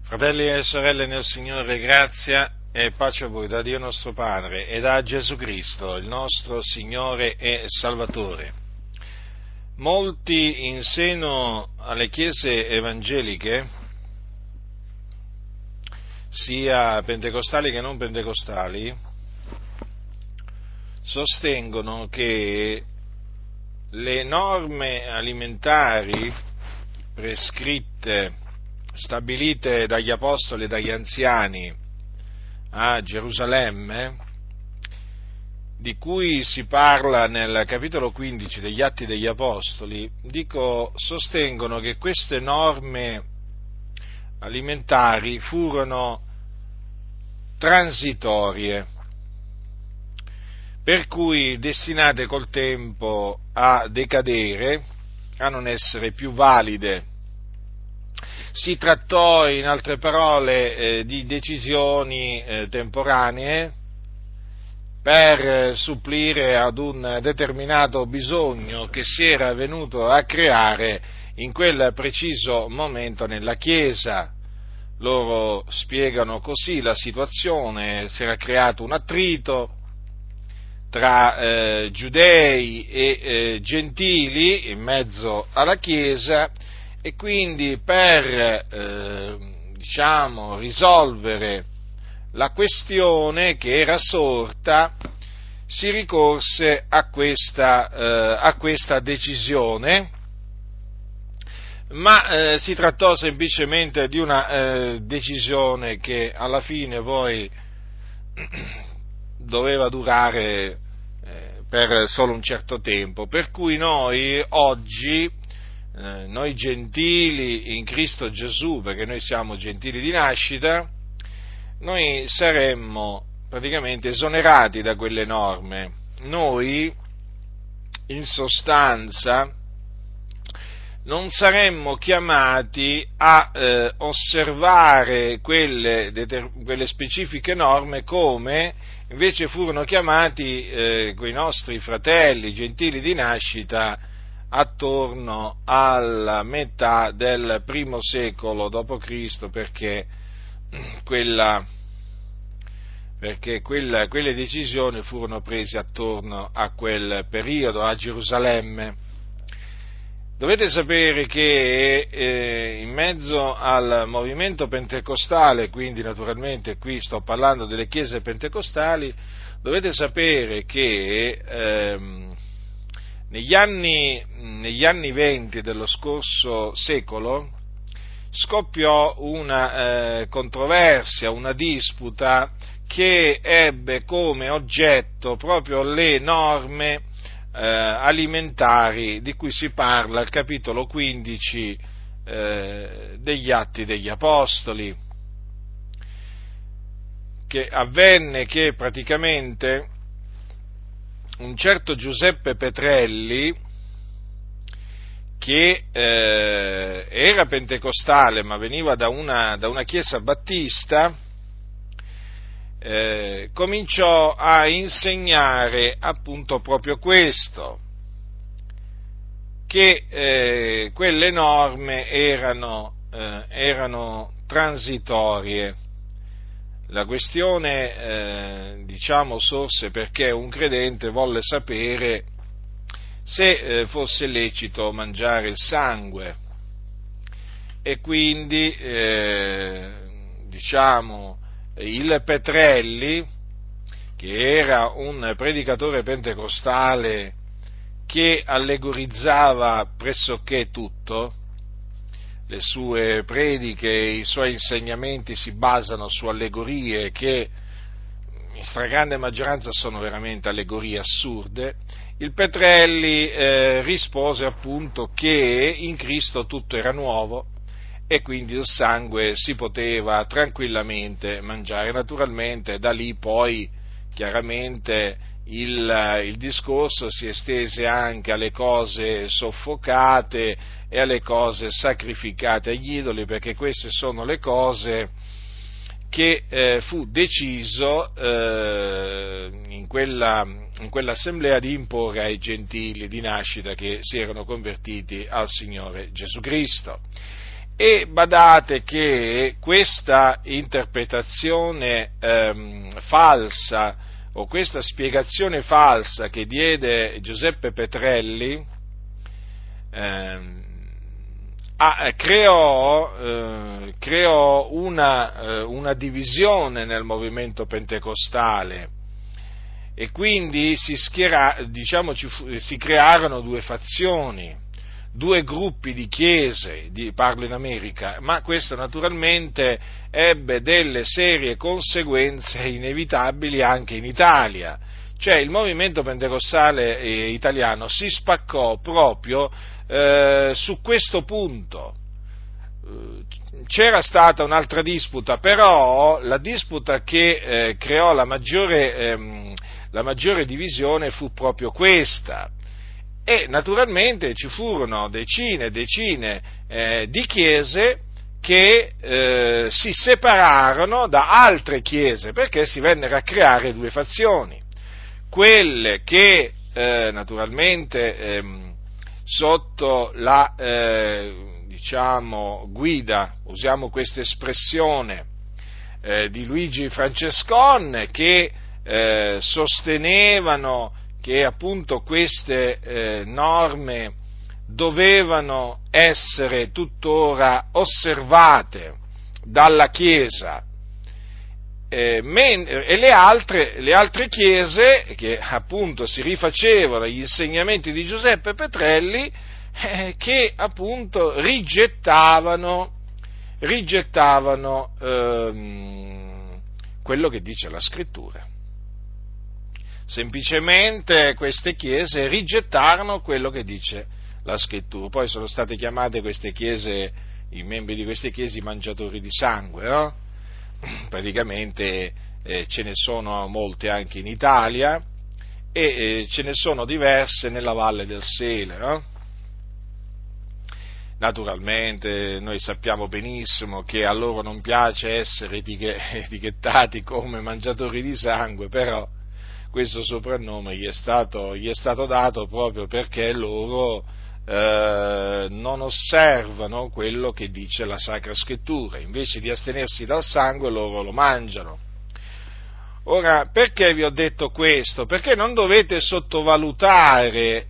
Fratelli e sorelle nel Signore, grazia e pace a voi da Dio nostro Padre e da Gesù Cristo, il nostro Signore e Salvatore. Molti in seno alle chiese evangeliche, sia pentecostali che non pentecostali, sostengono che le norme alimentari prescritte, stabilite dagli apostoli e dagli anziani a Gerusalemme, di cui si parla nel capitolo 15 degli Atti degli Apostoli, sostengono che queste norme alimentari furono transitorie, per cui destinate col tempo a decadere, a non essere più valide. Si trattò, in altre parole, di decisioni temporanee per supplire ad un determinato bisogno che si era venuto a creare in quel preciso momento nella Chiesa. Loro spiegano così la situazione: si era creato un attrito tra giudei e gentili in mezzo alla Chiesa, e quindi per risolvere la questione che era sorta si ricorse a questa decisione, ma si trattò semplicemente di una decisione che alla fine poi doveva durare per solo un certo tempo, per cui noi oggi, noi gentili in Cristo Gesù, perché noi siamo gentili di nascita, noi saremmo praticamente esonerati da quelle norme. Noi, in sostanza, non saremmo chiamati a osservare quelle specifiche norme come invece furono chiamati quei nostri fratelli gentili di nascita attorno alla metà del primo secolo d.C., perché quelle decisioni furono prese attorno a quel periodo a Gerusalemme. Dovete sapere che in mezzo al movimento pentecostale, quindi naturalmente qui sto parlando delle chiese pentecostali, dovete sapere che negli anni 20 dello scorso secolo scoppiò una controversia, una disputa che ebbe come oggetto proprio le norme alimentari di cui si parla al capitolo 15 degli Atti degli Apostoli, che avvenne che praticamente un certo Giuseppe Petrelli, che era pentecostale ma veniva da una chiesa battista, cominciò a insegnare appunto proprio questo, che quelle norme erano transitorie. La questione sorse perché un credente volle sapere se fosse lecito mangiare il sangue, e quindi il Petrelli, che era un predicatore pentecostale che allegorizzava pressoché tutto, le sue prediche, i suoi insegnamenti si basano su allegorie che in stragrande maggioranza sono veramente allegorie assurde. Il Petrelli rispose appunto che in Cristo tutto era nuovo e quindi il sangue si poteva tranquillamente mangiare. Naturalmente da lì poi chiaramente il discorso si estese anche alle cose soffocate e alle cose sacrificate agli idoli, perché queste sono le cose che fu deciso in quell'assemblea di imporre ai gentili di nascita che si erano convertiti al Signore Gesù Cristo. E badate che questa interpretazione falsa, o questa spiegazione falsa che diede Giuseppe Petrelli, creò una divisione nel movimento pentecostale, e quindi si crearono due fazioni, due gruppi di chiese, parlo in America, ma questo naturalmente ebbe delle serie conseguenze inevitabili anche in Italia. Cioè il movimento pentecostale italiano si spaccò proprio su questo punto. C'era stata un'altra disputa, però la disputa che creò la maggiore divisione fu proprio questa. E naturalmente ci furono decine e decine di chiese che si separarono da altre chiese, perché si vennero a creare due fazioni: quelle che naturalmente sotto la guida, usiamo questa espressione, di Luigi Francescon, che sostenevano che appunto queste norme dovevano essere tuttora osservate dalla Chiesa, e le altre chiese che appunto si rifacevano agli insegnamenti di Giuseppe Petrelli, che appunto rigettavano quello che dice la Scrittura. Semplicemente queste chiese rigettarono quello che dice la Scrittura. Poi sono state chiamate queste chiese, i membri di queste chiese, i mangiatori di sangue, no? Praticamente ce ne sono molte anche in Italia, e ce ne sono diverse nella Valle del Sele, no? Naturalmente noi sappiamo benissimo che a loro non piace essere etichettati come mangiatori di sangue, però questo soprannome gli è stato dato proprio perché loro non osservano quello che dice la Sacra Scrittura. Invece di astenersi dal sangue, loro lo mangiano. Ora, perché vi ho detto questo? Perché non dovete sottovalutare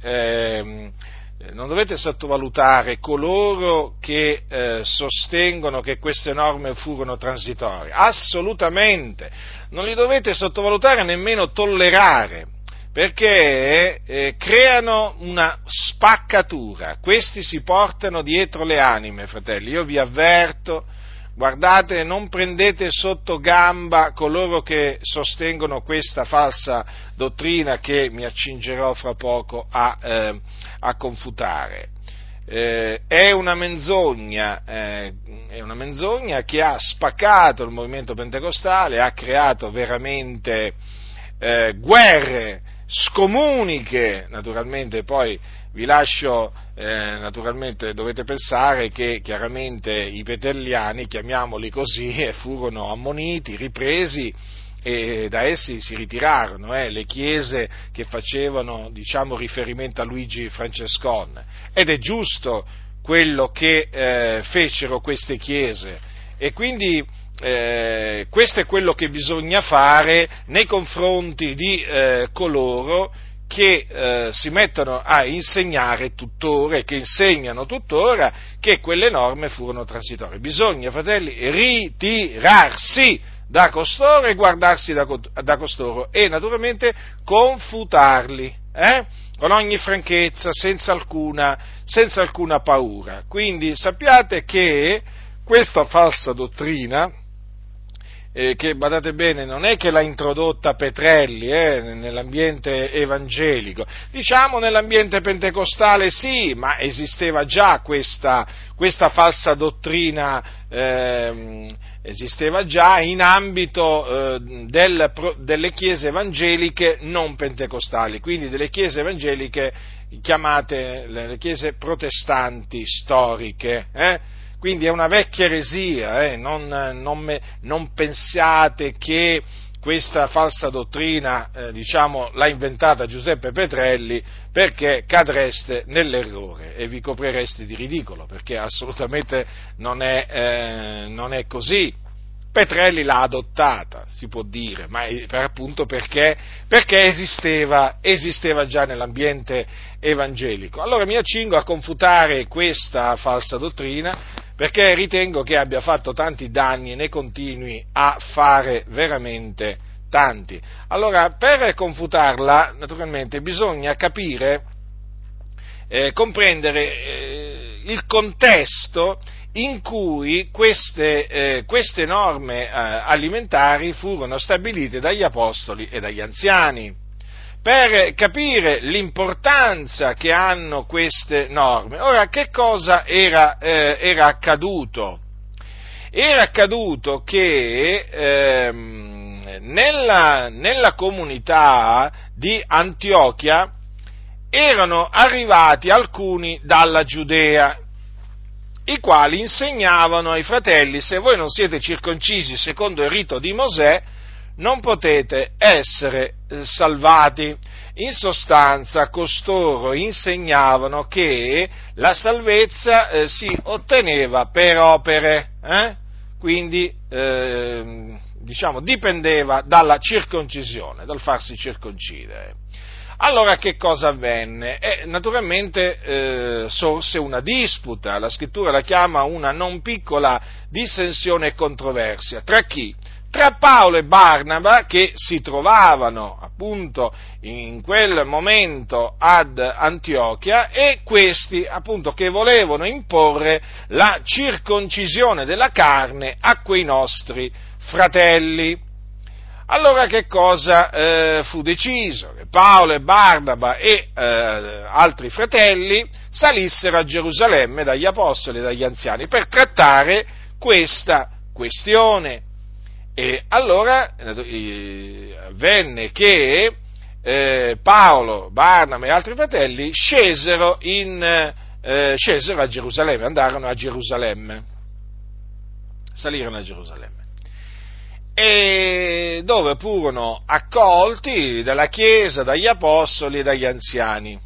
coloro che sostengono che queste norme furono transitorie. Assolutamente, non li dovete sottovalutare, nemmeno tollerare, perché creano una spaccatura. Questi si portano dietro le anime, fratelli. Io vi avverto, guardate, non prendete sotto gamba coloro che sostengono questa falsa dottrina che mi accingerò fra poco a confutare. È una menzogna che ha spaccato il movimento pentecostale, ha creato veramente guerre scomuniche. Naturalmente poi vi lascio, naturalmente dovete pensare che chiaramente i petelliani, chiamiamoli così, furono ammoniti, ripresi, e da essi si ritirarono le chiese che facevano, riferimento a Luigi Francescon, ed è giusto quello che fecero queste chiese, e quindi questo è quello che bisogna fare nei confronti di coloro che si mettono a insegnare tuttora, e che insegnano tuttora, che quelle norme furono transitorie. Bisogna, fratelli, ritirarsi da costoro e guardarsi da costoro, e naturalmente confutarli, con ogni franchezza, senza alcuna paura. Quindi sappiate che questa falsa dottrina, che badate bene, non è che l'ha introdotta Petrelli nell'ambiente evangelico, nell'ambiente pentecostale sì, ma esisteva già questa falsa dottrina, esisteva già in ambito delle chiese evangeliche non pentecostali, quindi delle chiese evangeliche chiamate le chiese protestanti storiche, quindi è una vecchia eresia, non pensiate che questa falsa dottrina, l'ha inventata Giuseppe Petrelli, perché cadreste nell'errore e vi coprireste di ridicolo, perché assolutamente non è così. Petrelli l'ha adottata, si può dire, ma appunto perché esisteva già nell'ambiente evangelico. Allora mi accingo a confutare questa falsa dottrina, perché ritengo che abbia fatto tanti danni e ne continui a fare veramente tanti. Allora, per confutarla, naturalmente, bisogna comprendere il contesto in cui queste norme alimentari furono stabilite dagli apostoli e dagli anziani, per capire l'importanza che hanno queste norme. Ora, che cosa era accaduto? Era accaduto che nella comunità di Antiochia erano arrivati alcuni dalla Giudea, i quali insegnavano ai fratelli: se voi non siete circoncisi secondo il rito di Mosè, non potete essere salvati. In sostanza, costoro insegnavano che la salvezza si otteneva per opere, quindi dipendeva dalla circoncisione, dal farsi circoncidere. Allora che cosa avvenne? Naturalmente sorse una disputa, la scrittura la chiama una non piccola dissensione e controversia. Tra chi? Tra Paolo e Barnaba, che si trovavano appunto in quel momento ad Antiochia, e questi appunto che volevano imporre la circoncisione della carne a quei nostri fratelli. Allora che cosa fu deciso? Che Paolo e Barnaba e altri fratelli salissero a Gerusalemme dagli apostoli e dagli anziani per trattare questa questione. E allora avvenne che Paolo, Barnaba e altri fratelli scesero a Gerusalemme, andarono a Gerusalemme, salirono a Gerusalemme, e dove furono accolti dalla Chiesa, dagli apostoli e dagli anziani.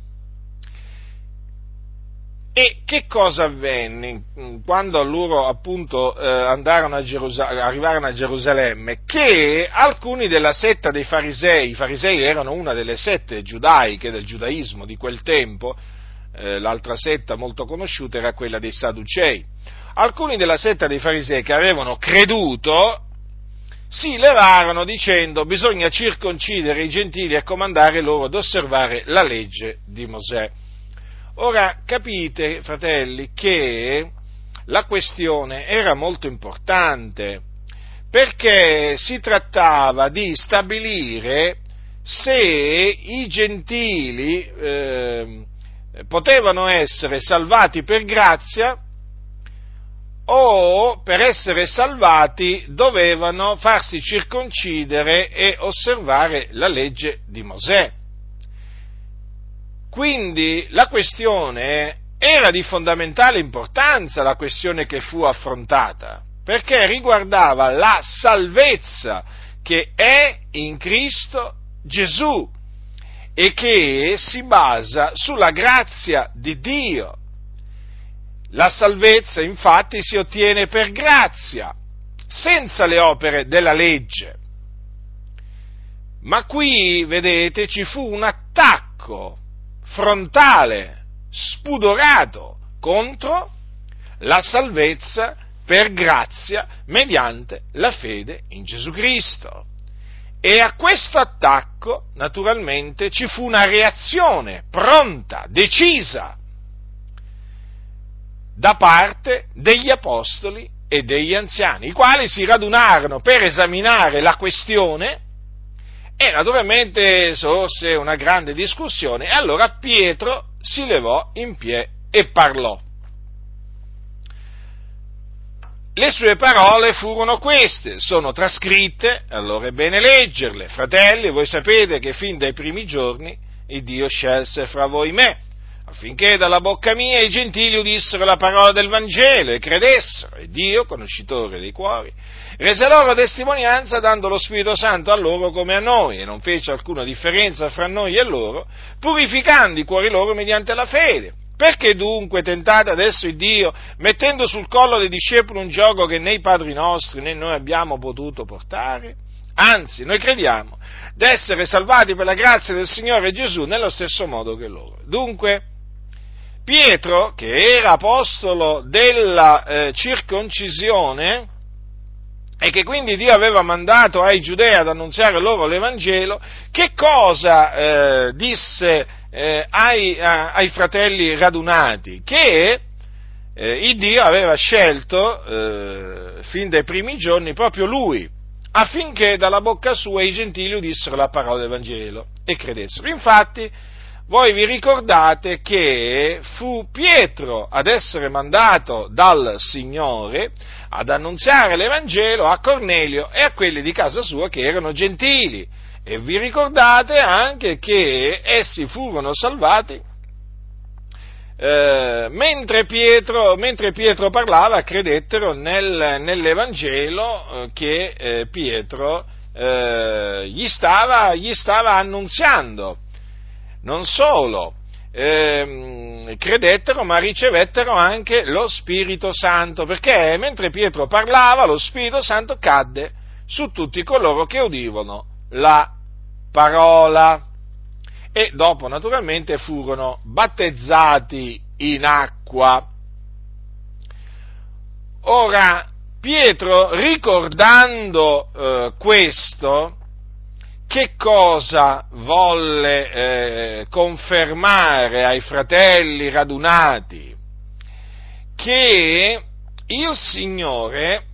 E che cosa avvenne quando loro appunto arrivarono a Gerusalemme? Che alcuni della setta dei farisei, i farisei erano una delle sette giudaiche del giudaismo di quel tempo, l'altra setta molto conosciuta era quella dei Sadducei. Alcuni della setta dei farisei che avevano creduto si levarono dicendo: bisogna circoncidere i gentili e comandare loro ad osservare la legge di Mosè. Ora capite, fratelli, che la questione era molto importante, perché si trattava di stabilire se i gentili potevano essere salvati per grazia o, per essere salvati, dovevano farsi circoncidere e osservare la legge di Mosè. Quindi la questione era di fondamentale importanza, la questione che fu affrontata, perché riguardava la salvezza che è in Cristo Gesù e che si basa sulla grazia di Dio. La salvezza, infatti, si ottiene per grazia, senza le opere della legge. Ma qui, vedete, ci fu un attacco frontale, spudorato, contro la salvezza per grazia mediante la fede in Gesù Cristo. E a questo attacco, naturalmente, ci fu una reazione pronta, decisa, da parte degli apostoli e degli anziani, i quali si radunarono per esaminare la questione. E naturalmente sorse una grande discussione, e allora Pietro si levò in piedi e parlò. Le sue parole furono queste, sono trascritte, allora è bene leggerle. Fratelli, voi sapete che fin dai primi giorni il Dio scelse fra voi me, affinché dalla bocca mia i gentili udissero la parola del Vangelo e credessero, e Dio, conoscitore dei cuori, rese loro testimonianza dando lo Spirito Santo a loro come a noi, e non fece alcuna differenza fra noi e loro, purificando i cuori loro mediante la fede. Perché dunque tentate adesso il Dio, mettendo sul collo dei discepoli un giogo che né i padri nostri né noi abbiamo potuto portare? Anzi, noi crediamo d'essere salvati per la grazia del Signore Gesù nello stesso modo che loro. Dunque, Pietro, che era apostolo della circoncisione, e che quindi Dio aveva mandato ai giudei ad annunziare loro l'Evangelo, che cosa disse ai fratelli radunati? Che il Dio aveva scelto fin dai primi giorni proprio lui, affinché dalla bocca sua i gentili udissero la parola del Vangelo e credessero. Infatti, voi vi ricordate che fu Pietro ad essere mandato dal Signore ad annunziare l'Evangelo a Cornelio e a quelli di casa sua che erano gentili, e vi ricordate anche che essi furono salvati mentre Pietro parlava, credettero nell'Evangelo che Pietro gli stava annunziando. Non solo, credettero, ma ricevettero anche lo Spirito Santo, perché mentre Pietro parlava lo Spirito Santo cadde su tutti coloro che udivano la parola, e dopo naturalmente furono battezzati in acqua. Ora, Pietro, ricordando questo, che cosa volle confermare ai fratelli radunati? Che il Signore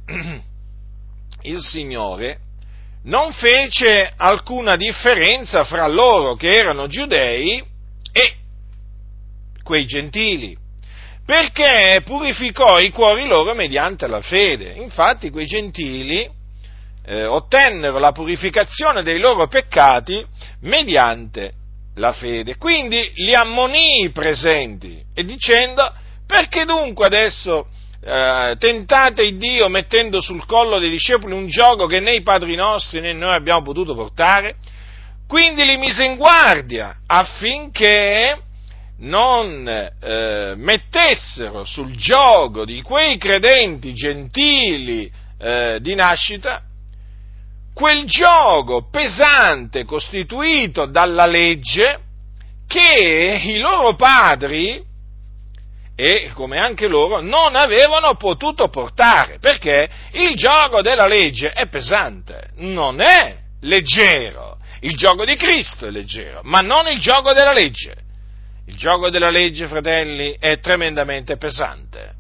non fece alcuna differenza fra loro che erano giudei e quei gentili, perché purificò i cuori loro mediante la fede. Infatti quei gentili ottennero la purificazione dei loro peccati mediante la fede. Quindi li ammonì i presenti, e dicendo: perché dunque adesso tentate il Dio mettendo sul collo dei discepoli un giogo che né i padri nostri né noi abbiamo potuto portare? Quindi li mise in guardia affinché non mettessero sul giogo di quei credenti gentili di nascita quel giogo pesante costituito dalla legge che i loro padri, e come anche loro, non avevano potuto portare, perché il giogo della legge è pesante, non è leggero. Il giogo di Cristo è leggero, ma non il giogo della legge. Il giogo della legge, fratelli, è tremendamente pesante.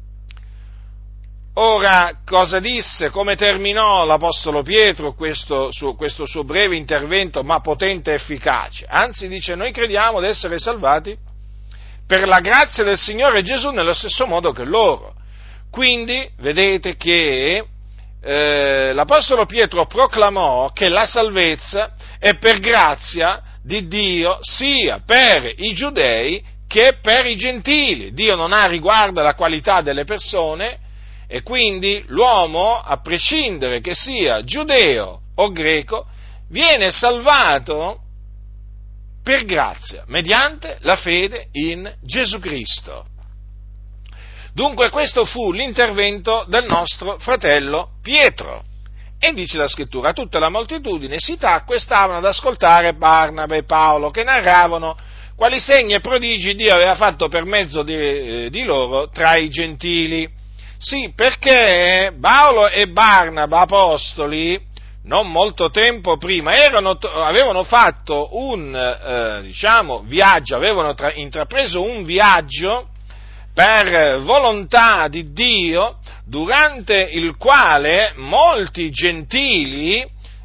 Ora, cosa disse, come terminò l'Apostolo Pietro questo suo breve intervento, ma potente e efficace? Anzi, dice: noi crediamo di essere salvati per la grazia del Signore Gesù nello stesso modo che loro. Quindi, vedete che l'Apostolo Pietro proclamò che la salvezza è per grazia di Dio sia per i giudei che per i gentili. Dio non ha riguardo alla qualità delle persone, e quindi l'uomo, a prescindere che sia giudeo o greco, viene salvato per grazia, mediante la fede in Gesù Cristo. Dunque questo fu l'intervento del nostro fratello Pietro. E dice la Scrittura: tutta la moltitudine si tacque e stavano ad ascoltare Barnaba e Paolo, che narravano quali segni e prodigi Dio aveva fatto per mezzo di loro tra i gentili. Sì, perché Paolo e Barnaba, apostoli, non molto tempo prima, avevano fatto un viaggio, avevano intrapreso un viaggio per volontà di Dio, durante il quale molti gentili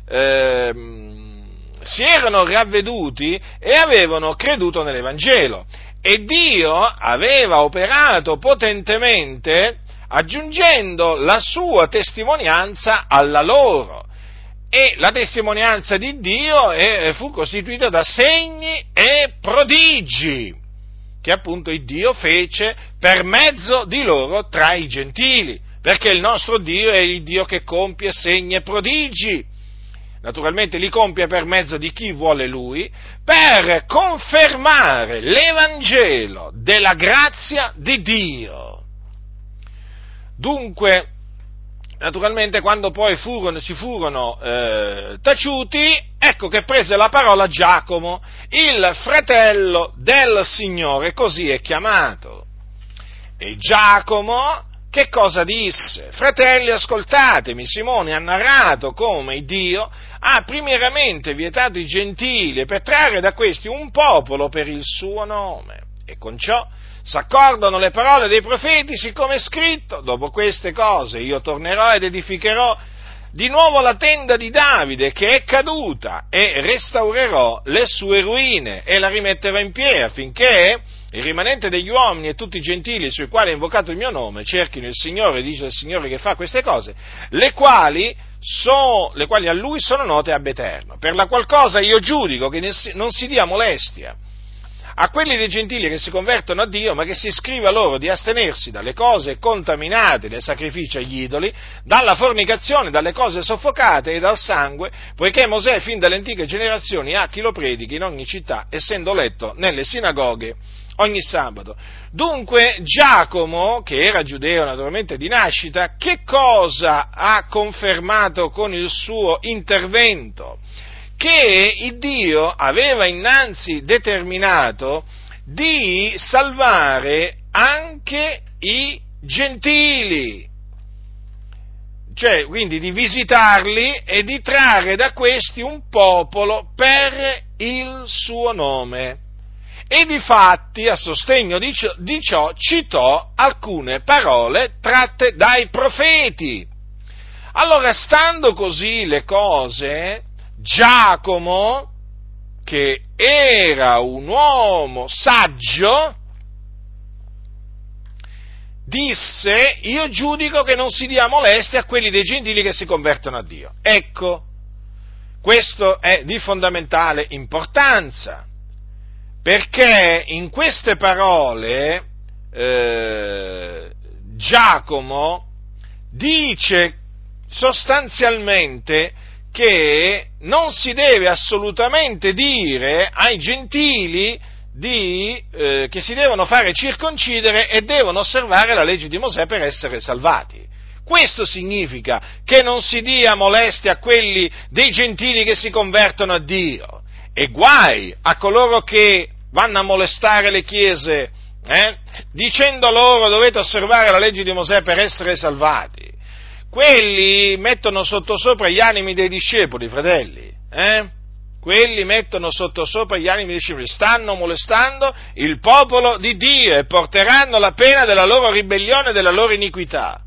si erano ravveduti e avevano creduto nell'Evangelo, e Dio aveva operato potentemente aggiungendo la sua testimonianza alla loro, e la testimonianza di Dio fu costituita da segni e prodigi. che appunto il Dio fece per mezzo di loro tra i gentili, perché il nostro Dio è il Dio che compie segni e prodigi. Naturalmente li compie per mezzo di chi vuole Lui, per confermare l'Evangelo della grazia di Dio. Dunque, naturalmente, quando poi si furono taciuti, ecco che prese la parola Giacomo, il fratello del Signore, così è chiamato. E Giacomo che cosa disse? Fratelli, ascoltatemi, Simone ha narrato come Dio ha primariamente vietato i gentili per trarre da questi un popolo per il suo nome. E con ciò s'accordano le parole dei profeti, siccome è scritto: dopo queste cose io tornerò ed edificherò di nuovo la tenda di Davide che è caduta e restaurerò le sue ruine e la rimetterò in piedi affinché il rimanente degli uomini e tutti i gentili sui quali è invocato il mio nome cerchino il Signore, dice il Signore che fa queste cose, le quali a Lui sono note ab eterno, per la qual cosa io giudico che non si dia molestia a quelli dei gentili che si convertono a Dio, ma che si scriva loro di astenersi dalle cose contaminate dai sacrifici agli idoli, dalla fornicazione, dalle cose soffocate e dal sangue, poiché Mosè fin dalle antiche generazioni ha chi lo predichi in ogni città, essendo letto nelle sinagoghe ogni sabato. Dunque Giacomo, che era giudeo naturalmente di nascita, che cosa ha confermato con il suo intervento? Che il Dio aveva innanzi determinato di salvare anche i gentili, cioè quindi di visitarli e di trarre da questi un popolo per il suo nome. E difatti, a sostegno di ciò, citò alcune parole tratte dai profeti. Allora, stando così le cose, Giacomo, che era un uomo saggio, disse: io giudico che non si dia molestia a quelli dei gentili che si convertono a Dio. Ecco, questo è di fondamentale importanza, perché in queste parole Giacomo dice sostanzialmente che non si deve assolutamente dire ai gentili che si devono fare circoncidere e devono osservare la legge di Mosè per essere salvati. Questo significa che non si dia molestia a quelli dei gentili che si convertono a Dio, e guai a coloro che vanno a molestare le chiese, dicendo loro: dovete osservare la legge di Mosè per essere salvati. Quelli mettono sottosopra gli animi dei discepoli, fratelli, Quelli mettono sottosopra gli animi dei discepoli, stanno molestando il popolo di Dio e porteranno la pena della loro ribellione e della loro iniquità.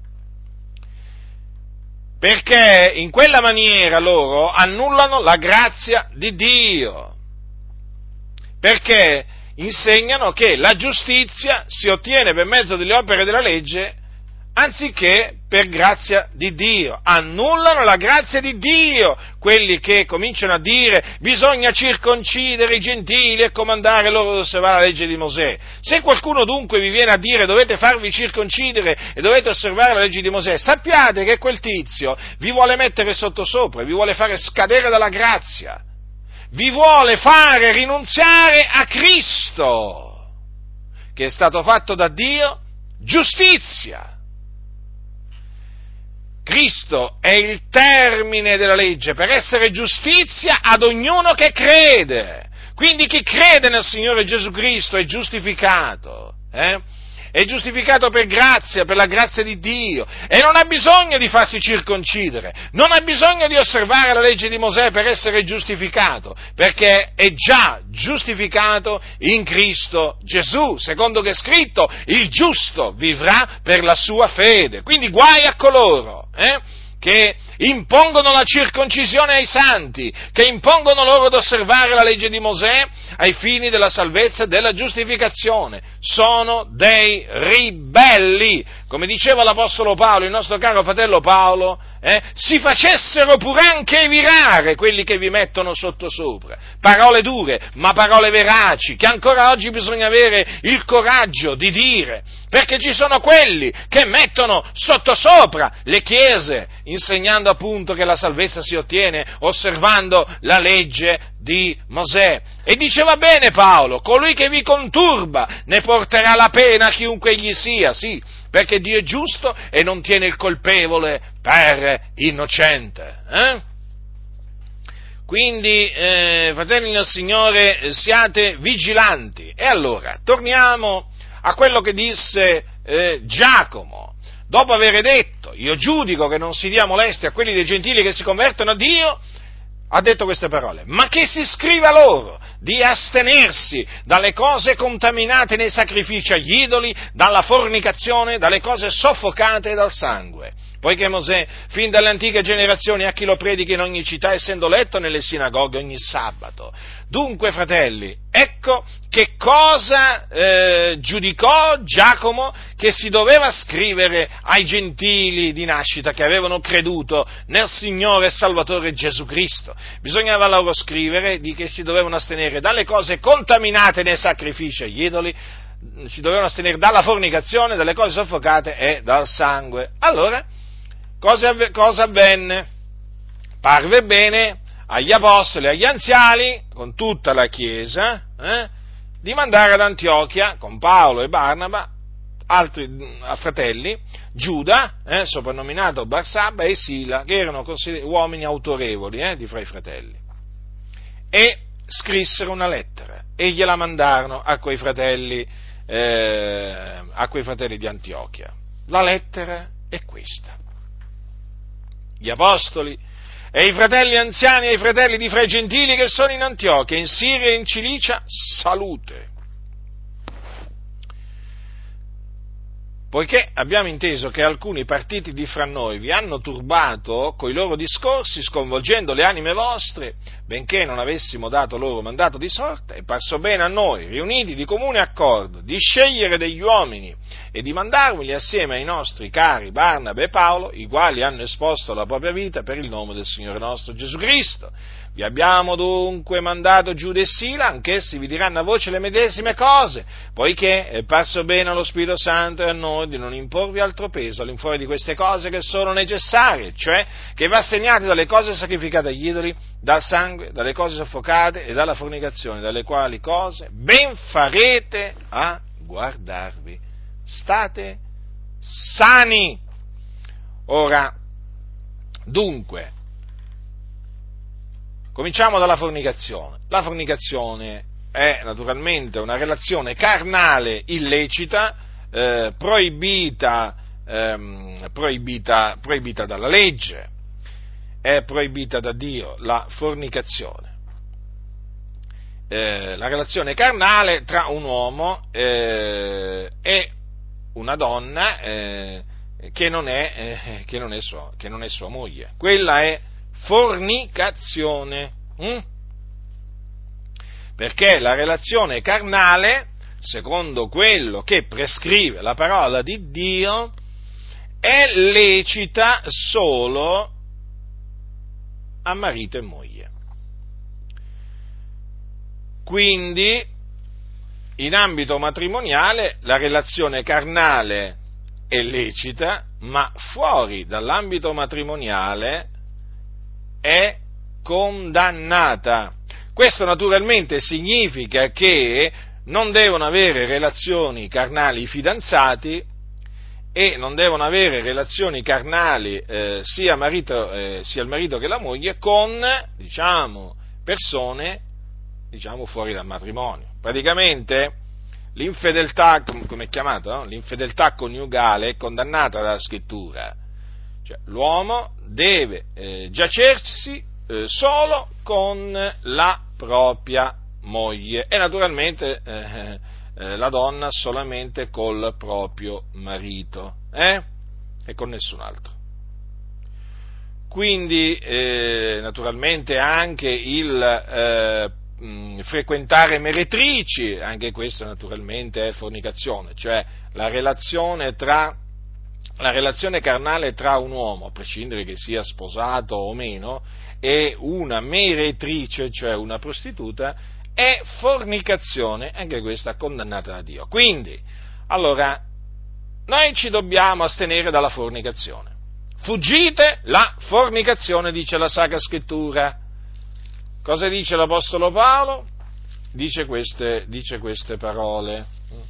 Perché in quella maniera loro annullano la grazia di Dio. Perché insegnano che la giustizia si ottiene per mezzo delle opere della legge anziché per grazia di Dio. Annullano la grazia di Dio quelli che cominciano a dire: bisogna circoncidere i gentili e comandare loro ad osservare la legge di Mosè. Se qualcuno dunque vi viene a dire: dovete farvi circoncidere e dovete osservare la legge di Mosè, sappiate che quel tizio vi vuole mettere sottosopra, vi vuole fare scadere dalla grazia, vi vuole fare rinunziare a Cristo, che è stato fatto da Dio giustizia. Cristo è il termine della legge per essere giustizia ad ognuno che crede. Quindi chi crede nel Signore Gesù Cristo è giustificato, È giustificato per grazia, per la grazia di Dio, e non ha bisogno di farsi circoncidere, non ha bisogno di osservare la legge di Mosè per essere giustificato, perché è già giustificato in Cristo Gesù, secondo che è scritto: il giusto vivrà per la sua fede. Quindi guai a coloro che impongono la circoncisione ai santi, che impongono loro ad osservare la legge di Mosè ai fini della salvezza e della giustificazione. Sono dei ribelli, come diceva l'Apostolo Paolo, il nostro caro fratello Paolo, si facessero pure anche virare quelli che vi mettono sottosopra. Parole dure, ma parole veraci, che ancora oggi bisogna avere il coraggio di dire, perché ci sono quelli che mettono sottosopra le chiese, insegnando appunto che la salvezza si ottiene osservando la legge di Mosè. E diceva bene Paolo, colui che vi conturba ne porterà la pena chiunque egli sia, sì, perché Dio è giusto e non tiene il colpevole per innocente. Quindi, fratelli del Signore, siate vigilanti. E allora, torniamo a quello che disse Giacomo. Dopo aver detto, io giudico che non si dia molestia a quelli dei gentili che si convertono a Dio, ha detto queste parole: ma che si scriva loro di astenersi dalle cose contaminate nei sacrifici agli idoli, dalla fornicazione, dalle cose soffocate e dal sangue. Poiché Mosè, fin dalle antiche generazioni, a chi lo predica in ogni città, essendo letto nelle sinagoghe ogni sabato. Dunque, fratelli, ecco che cosa giudicò Giacomo che si doveva scrivere ai gentili di nascita che avevano creduto nel Signore e Salvatore Gesù Cristo. Bisognava loro scrivere di che si dovevano astenere dalle cose contaminate nei sacrifici agli idoli, si dovevano astenere dalla fornicazione, dalle cose soffocate e dal sangue. Allora, cosa avvenne? Parve bene agli apostoli e agli anziani, con tutta la Chiesa, di mandare ad Antiochia, con Paolo e Barnaba, altri fratelli, Giuda, soprannominato Barsabba, e Sila, che erano uomini autorevoli di fra i fratelli, e scrissero una lettera e gliela mandarono a quei fratelli di Antiochia. La lettera è questa: gli apostoli e i fratelli anziani e i fratelli di fra i gentili che sono in Antiochia, in Siria e in Cilicia, salute. Poiché abbiamo inteso che alcuni partiti di fra noi vi hanno turbato coi loro discorsi, sconvolgendo le anime vostre, benché non avessimo dato loro mandato di sorte, è parso bene a noi, riuniti di comune accordo, di scegliere degli uomini e di mandarveli assieme ai nostri cari Barnaba e Paolo, i quali hanno esposto la propria vita per il nome del Signore nostro Gesù Cristo. Vi abbiamo dunque mandato Giuda e Sila, anch'essi vi diranno a voce le medesime cose, poiché è parso bene allo Spirito Santo e a noi di non imporvi altro peso all'infuori di queste cose che sono necessarie, cioè che vi asteniate dalle cose sacrificate agli idoli, dal sangue, dalle cose soffocate e dalla fornicazione, dalle quali cose ben farete a guardarvi. State sani. Ora, dunque, cominciamo dalla fornicazione. La fornicazione è naturalmente una relazione carnale illecita, proibita dalla legge, è proibita da Dio la fornicazione. La relazione carnale tra un uomo e una donna che non è sua moglie. Quella è fornicazione, perché la relazione carnale, secondo quello che prescrive la parola di Dio, è lecita solo a marito e moglie. Quindi, in ambito matrimoniale, la relazione carnale è lecita, ma fuori dall'ambito matrimoniale è condannata. Questo naturalmente significa che non devono avere relazioni carnali i fidanzati e non devono avere relazioni carnali sia il marito che la moglie con, persone, fuori dal matrimonio. Praticamente l'infedeltà, come è chiamato, no? L'infedeltà coniugale è condannata dalla Scrittura. Cioè, l'uomo deve giacersi solo con la propria moglie e naturalmente la donna solamente col proprio marito e con nessun altro. Quindi naturalmente anche il frequentare meretrici, anche questo naturalmente è fornicazione, cioè la relazione tra la relazione carnale tra un uomo, a prescindere che sia sposato o meno, e una meretrice, cioè una prostituta, è fornicazione, anche questa condannata da Dio. Quindi, allora, noi ci dobbiamo astenere dalla fornicazione. Fuggite la fornicazione, dice la Sacra Scrittura. Cosa dice l'Apostolo Paolo? Dice queste parole,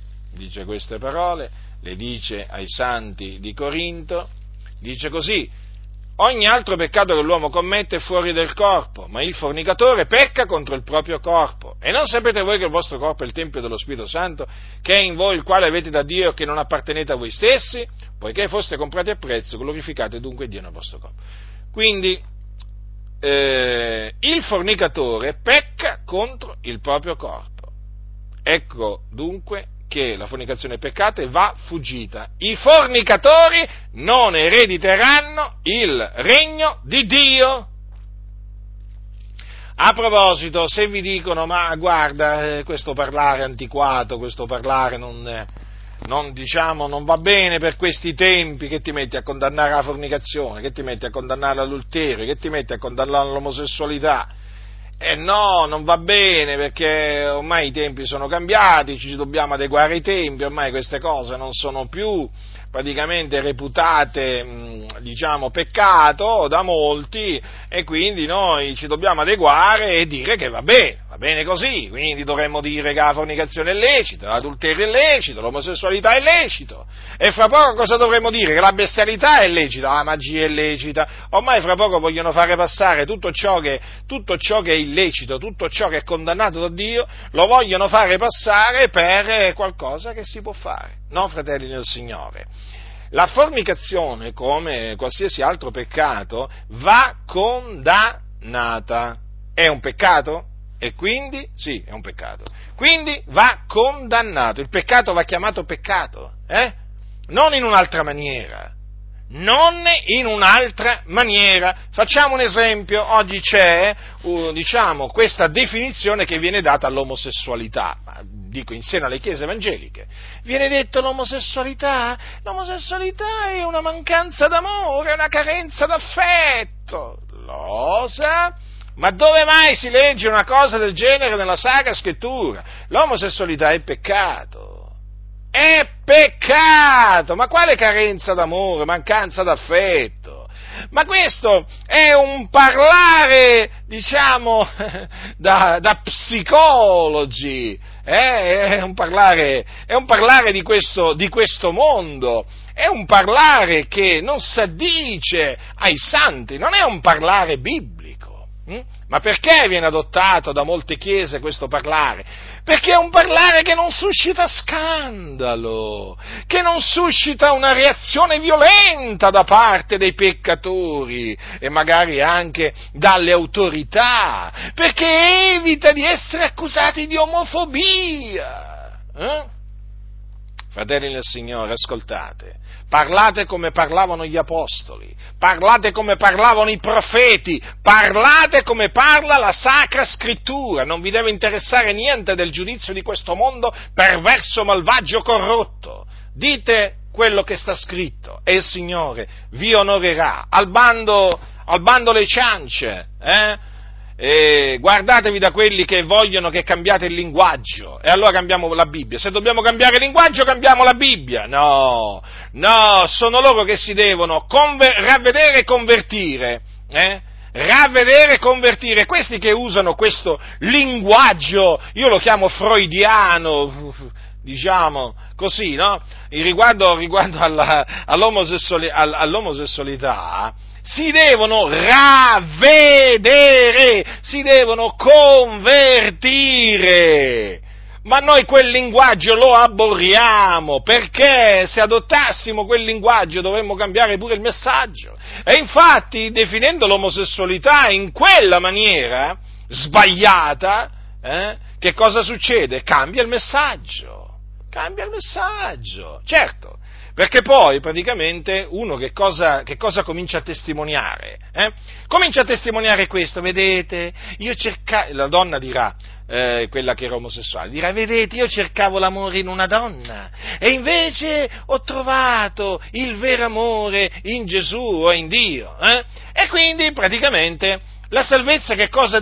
le dice ai santi di Corinto, dice così: ogni altro peccato che l'uomo commette è fuori del corpo, ma il fornicatore pecca contro il proprio corpo. E non sapete voi che il vostro corpo è il Tempio dello Spirito Santo, che è in voi, il quale avete da Dio e che non appartenete a voi stessi? Poiché foste comprati a prezzo, glorificate dunque Dio nel vostro corpo. Quindi, il fornicatore pecca contro il proprio corpo. Ecco dunque che la fornicazione è peccato e va fuggita. I fornicatori non erediteranno il regno di Dio. A proposito, se vi dicono, ma guarda, questo parlare è antiquato, questo parlare non va bene per questi tempi, che ti metti a condannare la fornicazione, che ti metti a condannare l'adulterio, che ti metti a condannare l'omosessualità. No, non va bene, perché ormai i tempi sono cambiati, ci dobbiamo adeguare ai tempi, ormai queste cose non sono più praticamente reputate, peccato da molti, e quindi noi ci dobbiamo adeguare e dire che va bene così, quindi dovremmo dire che la fornicazione è lecita, l'adulterio è lecito, l'omosessualità è lecito, e fra poco cosa dovremmo dire? Che la bestialità è lecita, la magia è lecita. Ormai fra poco vogliono fare passare tutto ciò che è illecito, tutto ciò che è condannato da Dio, lo vogliono fare passare per qualcosa che si può fare. No, fratelli nel Signore, la fornicazione, come qualsiasi altro peccato, va condannata. È un peccato? E quindi? Sì, è un peccato. Quindi va condannato. Il peccato va chiamato peccato, non in un'altra maniera. Facciamo un esempio. Oggi c'è, questa definizione che viene data all'omosessualità, dico in seno alle chiese evangeliche. Viene detto l'omosessualità è una mancanza d'amore, è una carenza d'affetto. Lo sa? Ma dove mai si legge una cosa del genere nella Sacra Scrittura? L'omosessualità è peccato. È peccato! Ma quale carenza d'amore, mancanza d'affetto? Ma questo è un parlare, da psicologi, è un parlare di questo mondo, è un parlare che non s'addice ai santi, non è un parlare biblico. Ma perché viene adottato da molte chiese questo parlare? Perché è un parlare che non suscita scandalo, che non suscita una reazione violenta da parte dei peccatori e magari anche dalle autorità, perché evita di essere accusati di omofobia. Fratelli nel Signore, ascoltate. Parlate come parlavano gli apostoli, parlate come parlavano i profeti, parlate come parla la Sacra Scrittura, non vi deve interessare niente del giudizio di questo mondo perverso, malvagio, corrotto. Dite quello che sta scritto e il Signore vi onorerà. Al bando le ciance, E guardatevi da quelli che vogliono che cambiate il linguaggio, e allora cambiamo la Bibbia. Se dobbiamo cambiare il linguaggio, cambiamo la Bibbia. No, sono loro che si devono ravvedere e convertire, ravvedere e convertire. Questi che usano questo linguaggio, io lo chiamo freudiano, così, no? Riguardo all'omosessualità, si devono ravvedere, si devono convertire. Ma noi quel linguaggio lo abborriamo, perché se adottassimo quel linguaggio dovremmo cambiare pure il messaggio. E infatti, definendo l'omosessualità in quella maniera sbagliata, che cosa succede? Cambia il messaggio, certo. Perché poi praticamente uno che cosa comincia a testimoniare? Comincia a testimoniare questo, vedete, la donna dirà, quella che era omosessuale, dirà: vedete, io cercavo l'amore in una donna e invece ho trovato il vero amore in Gesù o in Dio, e quindi praticamente la salvezza che cosa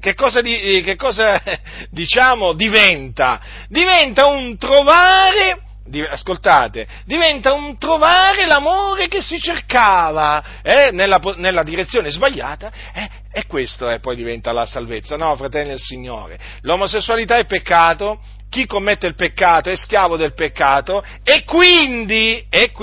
diciamo diventa? Diventa un trovare, diventa un trovare l'amore che si cercava nella direzione sbagliata, e questo poi diventa la salvezza. No, fratelli del Signore, l'omosessualità è peccato, chi commette il peccato è schiavo del peccato, e quindi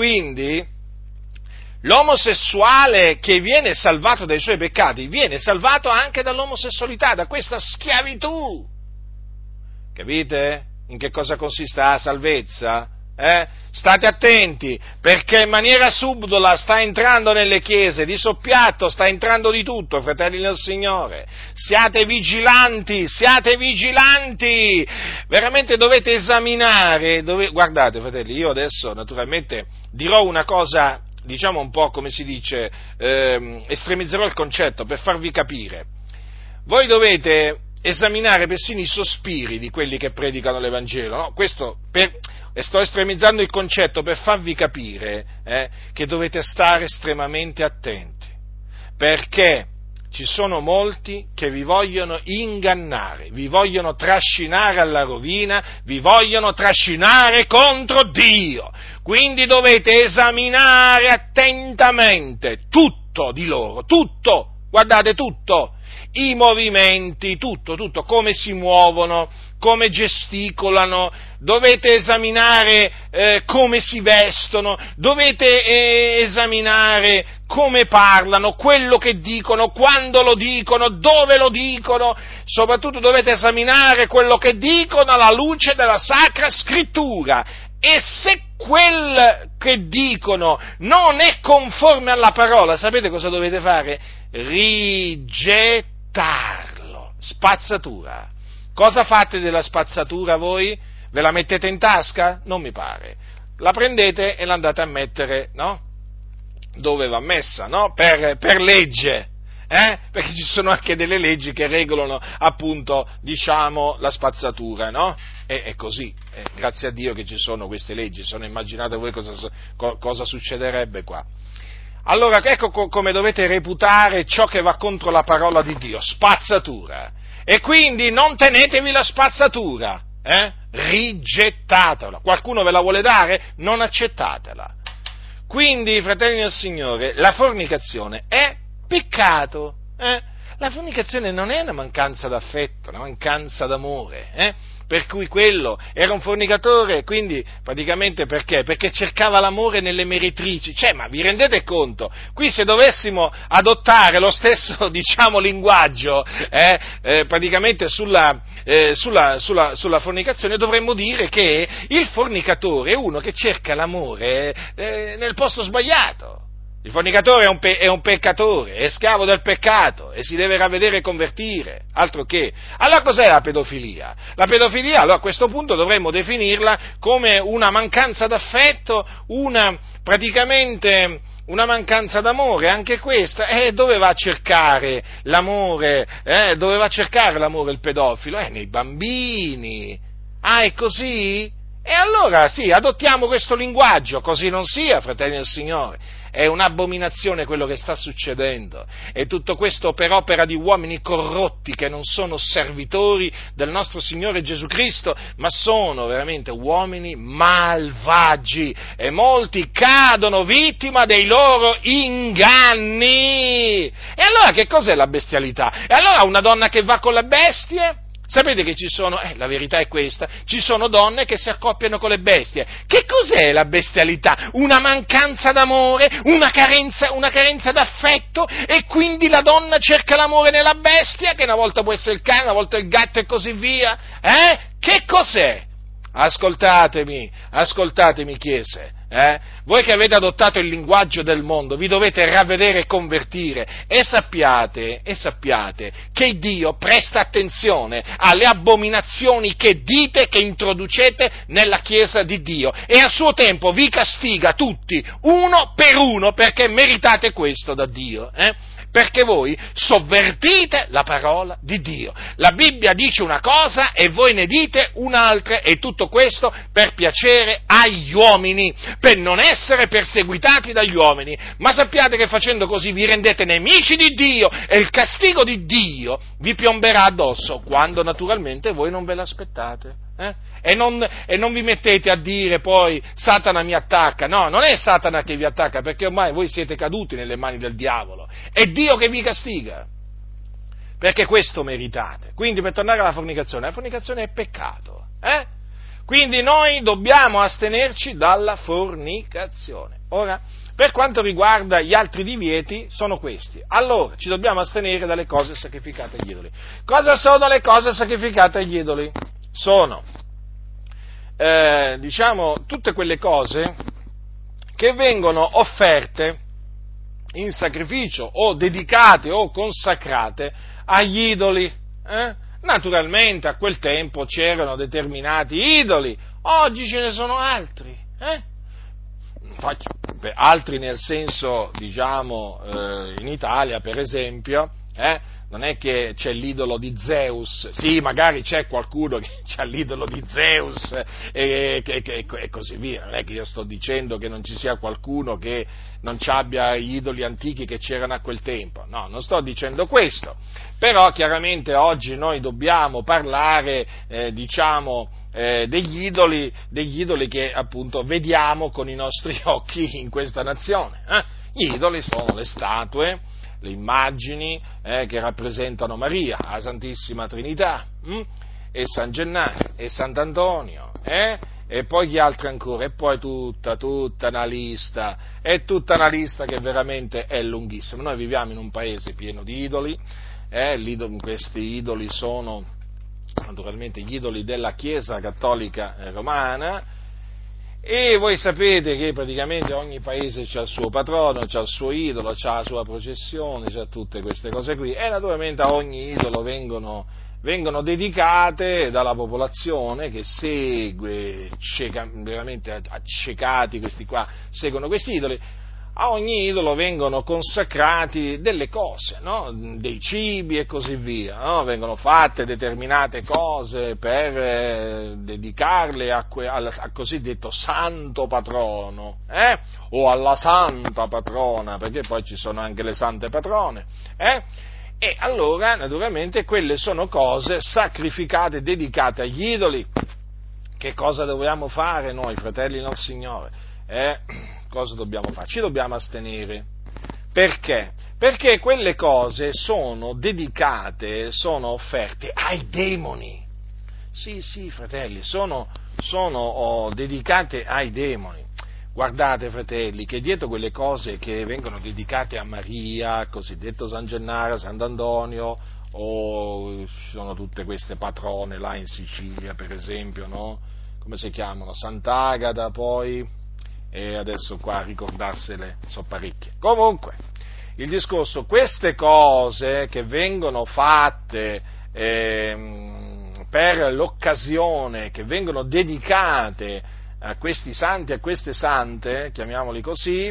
l'omosessuale che viene salvato dai suoi peccati viene salvato anche dall'omosessualità, da questa schiavitù. Capite in che cosa consiste la salvezza? State attenti, perché in maniera subdola sta entrando nelle chiese, di soppiatto sta entrando di tutto, fratelli del Signore. Siate vigilanti, veramente dovete esaminare, guardate fratelli, io adesso naturalmente dirò una cosa, diciamo un po' come si dice, estremizzerò il concetto per farvi capire. Voi dovete esaminare persino i sospiri di quelli che predicano l'Evangelo, no? E sto estremizzando il concetto per farvi capire che dovete stare estremamente attenti, perché ci sono molti che vi vogliono ingannare, vi vogliono trascinare alla rovina, vi vogliono trascinare contro Dio. Quindi dovete esaminare attentamente tutto di loro, tutto, guardate tutto, i movimenti, tutto, come si muovono, come gesticolano, dovete esaminare come si vestono, dovete esaminare come parlano, quello che dicono, quando lo dicono, dove lo dicono, soprattutto dovete esaminare quello che dicono alla luce della Sacra Scrittura, e se quel che dicono non è conforme alla parola, sapete cosa dovete fare? Rigettarlo. Spazzatura. Cosa fate della spazzatura voi? Ve la mettete in tasca? Non mi pare. La prendete e la andate a mettere, no? Dove va messa, no? Per legge. Perché ci sono anche delle leggi che regolano appunto, diciamo, la spazzatura, no? È così, grazie a Dio che ci sono queste leggi, immaginate voi cosa succederebbe qua. Allora, ecco come dovete reputare ciò che va contro la parola di Dio, spazzatura. E quindi non tenetevi la spazzatura, rigettatela. Qualcuno ve la vuole dare? Non accettatela. Quindi, fratelli del Signore, la fornicazione è peccato, La fornicazione non è una mancanza d'affetto, una mancanza d'amore, Per cui quello era un fornicatore, quindi praticamente perché? Perché cercava l'amore nelle meretrici. Ma vi rendete conto? Qui se dovessimo adottare lo stesso, diciamo, linguaggio, praticamente sulla fornicazione, dovremmo dire che il fornicatore è uno che cerca l'amore nel posto sbagliato. Il fornicatore è un peccatore, è schiavo del peccato e si deve ravvedere e convertire, altro che. Allora cos'è la pedofilia? La pedofilia, allora, a questo punto dovremmo definirla come una mancanza d'affetto, praticamente una mancanza d'amore, anche questa. Dove va a cercare l'amore? Dove va a cercare l'amore il pedofilo? Nei bambini. È così? E allora sì, adottiamo questo linguaggio, così non sia, fratelli del Signore. È un'abominazione quello che sta succedendo, e tutto questo per opera di uomini corrotti che non sono servitori del nostro Signore Gesù Cristo, ma sono veramente uomini malvagi, e molti cadono vittima dei loro inganni. E allora che cos'è la bestialità? E allora una donna che va con le bestie? Sapete che ci sono, la verità è questa, ci sono donne che si accoppiano con le bestie. Che cos'è la bestialità? Una mancanza d'amore, una carenza d'affetto, e quindi la donna cerca l'amore nella bestia, che una volta può essere il cane, una volta il gatto e così via. Che cos'è? Ascoltatemi, Chiese, voi che avete adottato il linguaggio del mondo, vi dovete ravvedere e convertire, e sappiate che Dio presta attenzione alle abominazioni che dite, che introducete nella Chiesa di Dio, e a suo tempo vi castiga tutti, uno per uno, perché meritate questo da Dio, Perché voi sovvertite la parola di Dio. La Bibbia dice una cosa e voi ne dite un'altra, e tutto questo per piacere agli uomini, per non essere perseguitati dagli uomini. Ma sappiate che facendo così vi rendete nemici di Dio e il castigo di Dio vi piomberà addosso, quando naturalmente voi non ve l'aspettate. E non vi mettete a dire poi Satana mi attacca. No, non è Satana che vi attacca, perché ormai voi siete caduti nelle mani del diavolo, è Dio che vi castiga, perché questo meritate. Quindi, per tornare alla fornicazione è peccato, quindi noi dobbiamo astenerci dalla fornicazione. Ora, per quanto riguarda gli altri divieti, sono questi. Allora, ci dobbiamo astenere dalle cose sacrificate agli idoli. Cosa sono le cose sacrificate agli idoli? Sono, tutte quelle cose che vengono offerte in sacrificio o dedicate o consacrate agli idoli. Naturalmente a quel tempo c'erano determinati idoli, oggi ce ne sono altri. Altri nel senso, in Italia per esempio, non è che c'è l'idolo di Zeus, sì, magari c'è qualcuno che ha l'idolo di Zeus e così via, non è che io sto dicendo che non ci sia qualcuno che non ci abbia gli idoli antichi che c'erano a quel tempo, no, non sto dicendo questo, però chiaramente oggi noi dobbiamo parlare, degli idoli che appunto vediamo con i nostri occhi in questa nazione. Gli idoli sono le statue, le immagini che rappresentano Maria, la Santissima Trinità, e San Gennaro, e Sant'Antonio, e poi chi altro ancora, e poi tutta una lista, che veramente è lunghissima. Noi viviamo in un paese pieno di idoli, questi idoli sono naturalmente gli idoli della Chiesa Cattolica Romana, e voi sapete che praticamente ogni paese c'ha il suo patrono, c'ha il suo idolo, c'ha la sua processione, c'ha tutte queste cose qui, e naturalmente a ogni idolo vengono dedicate dalla popolazione che segue, veramente accecati questi qua, seguono questi idoli. A ogni idolo vengono consacrati delle cose, no? Dei cibi e così via, no? Vengono fatte determinate cose per dedicarle al cosiddetto santo patrono, o alla santa patrona, perché poi ci sono anche le sante patrone, e allora naturalmente quelle sono cose sacrificate, dedicate agli idoli. Che cosa dobbiamo fare noi, fratelli nel Signore? Cosa dobbiamo fare? Ci dobbiamo astenere. Perché? Perché quelle cose sono dedicate, sono offerte ai demoni. Sì, fratelli, sono dedicate ai demoni. Guardate, fratelli, che dietro quelle cose che vengono dedicate a Maria, cosiddetto San Gennaro, Sant'Antonio, o sono tutte queste patrone là in Sicilia, per esempio, no? Come si chiamano? Sant'Agata, poi, e adesso qua a ricordarsele sono parecchie. Comunque, il discorso, queste cose che vengono fatte per l'occasione, che vengono dedicate a questi santi e a queste sante, chiamiamoli così,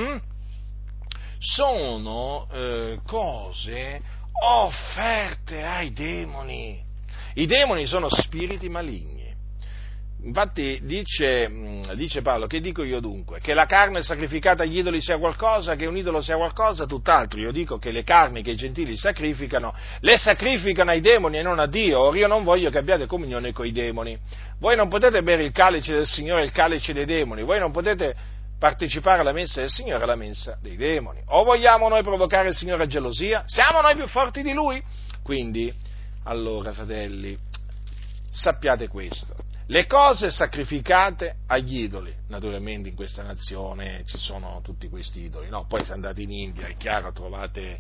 sono cose offerte ai demoni. I demoni sono spiriti maligni. Infatti dice Paolo, che dico io dunque? Che la carne sacrificata agli idoli sia qualcosa, che un idolo sia qualcosa? Tutt'altro. Io dico che le carni che i gentili sacrificano, le sacrificano ai demoni e non a Dio. Or io non voglio che abbiate comunione coi demoni. Voi non potete bere il calice del Signore e il calice dei demoni. Voi non potete partecipare alla mensa del Signore e alla mensa dei demoni. O vogliamo noi provocare il Signore a gelosia? Siamo noi più forti di Lui? Quindi, allora, fratelli, sappiate questo. Le cose sacrificate agli idoli, naturalmente in questa nazione ci sono tutti questi idoli, no? Poi se andate in India, è chiaro, trovate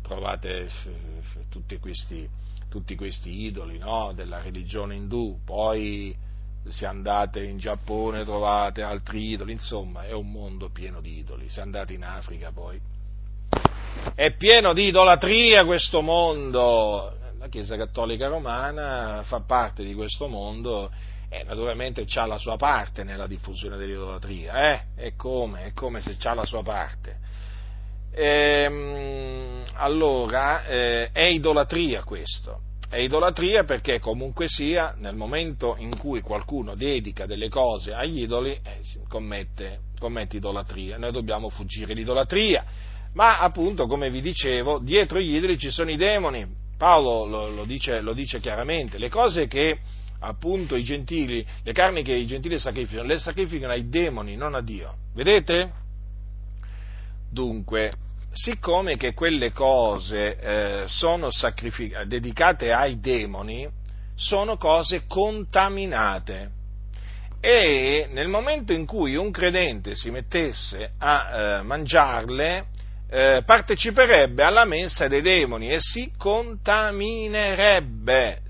tutti questi idoli, no? Della religione indù, poi se andate in Giappone trovate altri idoli, insomma è un mondo pieno di idoli. Se andate in Africa poi è pieno di idolatria questo mondo. La Chiesa Cattolica Romana fa parte di questo mondo e naturalmente c'ha la sua parte nella diffusione dell'idolatria, è come se c'ha la sua parte. allora è idolatria questo. È idolatria perché comunque sia, nel momento in cui qualcuno dedica delle cose agli idoli, commette idolatria. Noi dobbiamo fuggire l'idolatria. Ma appunto, come vi dicevo, dietro gli idoli ci sono i demoni. Paolo lo dice chiaramente. Le cose che appunto i gentili, le carni che i gentili sacrificano, le sacrificano ai demoni, non a Dio. Vedete? Dunque, siccome che quelle cose sono dedicate ai demoni, sono cose contaminate. E nel momento in cui un credente si mettesse a mangiarle, parteciperebbe alla mensa dei demoni e si contaminerebbe,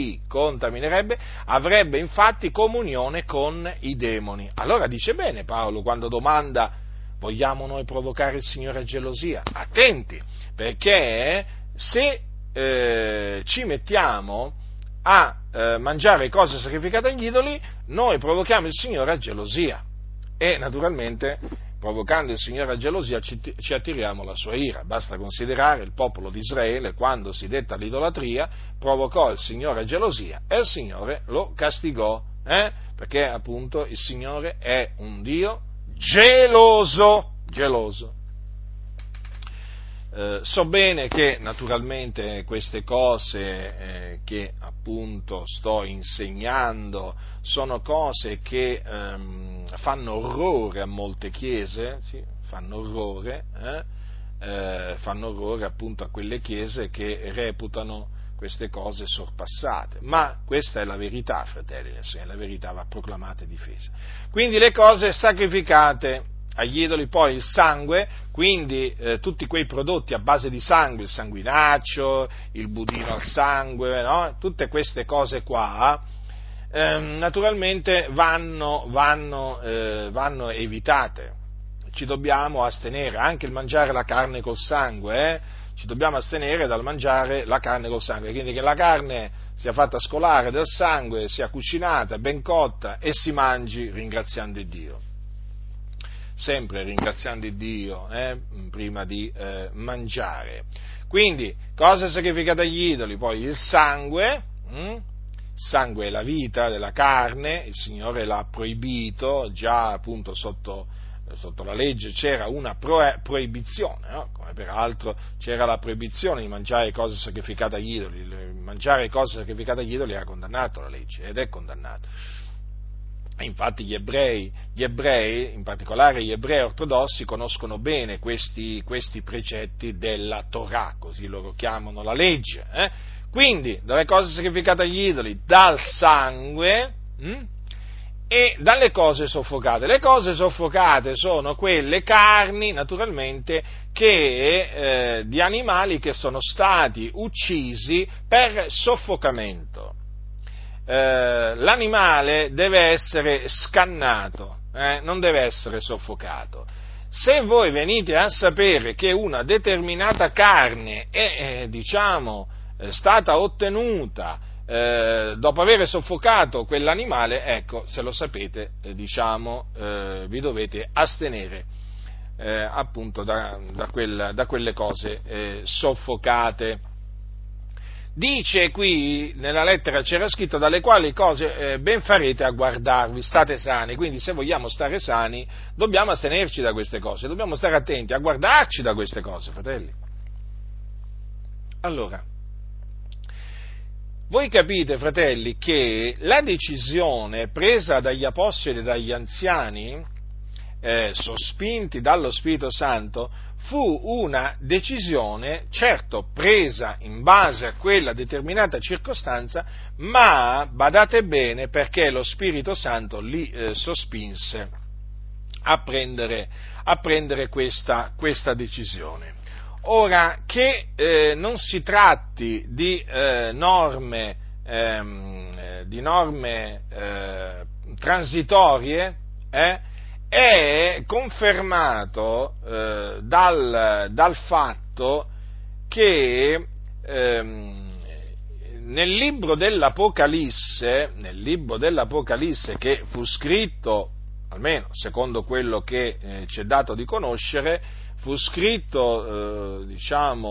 avrebbe infatti comunione con i demoni. Allora dice bene Paolo quando domanda: vogliamo noi provocare il Signore a gelosia? Attenti, perché se ci mettiamo a mangiare cose sacrificate agli idoli, noi provochiamo il Signore a gelosia e naturalmente provocando il Signore a gelosia ci attiriamo la sua ira. Basta considerare il popolo di Israele quando si detta all'idolatria, provocò il Signore a gelosia e il Signore lo castigò, perché appunto il Signore è un Dio geloso. So bene che naturalmente queste cose che appunto sto insegnando sono cose che fanno orrore a molte chiese, sì, fanno orrore appunto a quelle chiese che reputano queste cose sorpassate, ma questa è la verità, fratelli, la verità va proclamata e difesa. Quindi le cose sacrificate agli idoli, poi il sangue, quindi tutti quei prodotti a base di sangue, il sanguinaccio, il budino al sangue, no? Tutte queste cose qua, naturalmente vanno evitate. Ci dobbiamo astenere, anche il mangiare la carne col sangue, ci dobbiamo astenere dal mangiare la carne col sangue, quindi che la carne sia fatta scolare del sangue, sia cucinata, ben cotta e si mangi ringraziando Dio. Sempre ringraziando Dio prima di mangiare. Quindi, cose sacrificate agli idoli, poi il sangue è la vita della carne, il Signore l'ha proibito, già appunto sotto la legge c'era una proibizione, no? Come peraltro c'era la proibizione di mangiare cose sacrificate agli idoli. Mangiare cose sacrificate agli idoli era condannato la legge, ed è condannato. Infatti gli ebrei, in particolare gli ebrei ortodossi, conoscono bene questi precetti della Torah, così loro chiamano la legge. Quindi, dalle cose sacrificate agli idoli, dal sangue e dalle cose soffocate. Le cose soffocate sono quelle carni, naturalmente, di animali che sono stati uccisi per soffocamento. L'animale deve essere scannato, non deve essere soffocato. Se voi venite a sapere che una determinata carne è stata ottenuta dopo aver soffocato quell'animale, ecco, se lo sapete, vi dovete astenere appunto da quelle cose soffocate. Dice qui, nella lettera c'era scritto: dalle quali cose ben farete a guardarvi, state sani. Quindi se vogliamo stare sani dobbiamo astenerci da queste cose, dobbiamo stare attenti a guardarci da queste cose, fratelli. Allora, voi capite, fratelli, che la decisione presa dagli apostoli e dagli anziani, sospinti dallo Spirito Santo, fu una decisione, certo, presa in base a quella determinata circostanza, ma badate bene, perché lo Spirito Santo li sospinse a prendere questa decisione. Ora, che non si tratti di norme transitorie, è confermato dal fatto che nel libro dell'Apocalisse, che fu scritto, almeno secondo quello che ci è dato di conoscere, fu scritto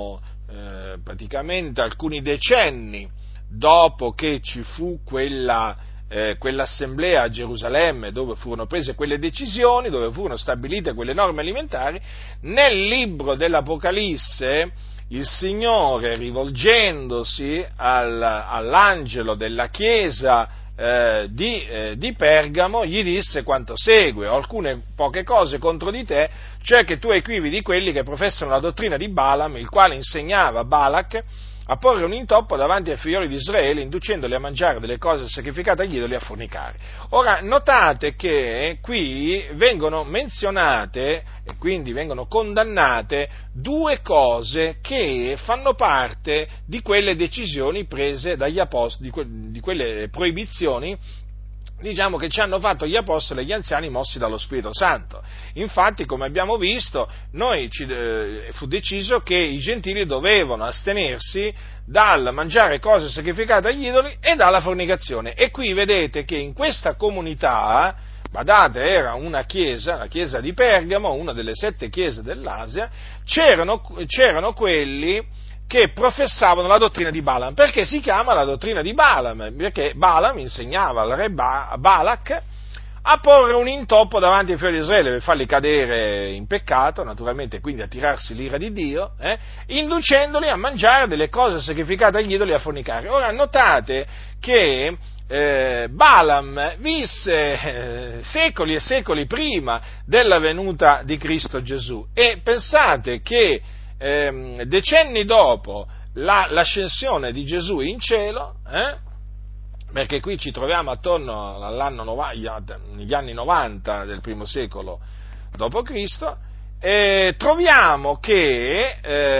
praticamente alcuni decenni dopo che ci fu quell'assemblea a Gerusalemme dove furono prese quelle decisioni, dove furono stabilite quelle norme alimentari, nel libro dell'Apocalisse il Signore, rivolgendosi all'angelo della chiesa di Pergamo, gli disse quanto segue: ho alcune poche cose contro di te, cioè che tu equivi di quelli che professano la dottrina di Balaam, il quale insegnava Balak a porre un intoppo davanti ai figlioli di Israele, inducendoli a mangiare delle cose sacrificate agli idoli e a fornicare. Ora, notate che qui vengono menzionate e quindi vengono condannate due cose che fanno parte di quelle decisioni prese dagli apostoli, di quelle proibizioni, diciamo, che ci hanno fatto gli apostoli e gli anziani mossi dallo Spirito Santo. Infatti, come abbiamo visto, fu deciso che i gentili dovevano astenersi dal mangiare cose sacrificate agli idoli e dalla fornicazione. E qui vedete che in questa comunità, badate, era una chiesa, la chiesa di Pergamo, una delle 7 chiese dell'Asia, c'erano quelli che professavano la dottrina di Balaam. Perché si chiama la dottrina di Balaam? Perché Balaam insegnava al re Balak a porre un intoppo davanti ai figli di Israele per farli cadere in peccato, naturalmente, quindi attirarsi l'ira di Dio, inducendoli a mangiare delle cose sacrificate agli idoli e a fornicare. Ora notate che Balaam visse secoli e secoli prima della venuta di Cristo Gesù, e pensate che decenni dopo l'ascensione di Gesù in cielo, perché qui ci troviamo attorno negli anni 90 del primo secolo d.C., troviamo che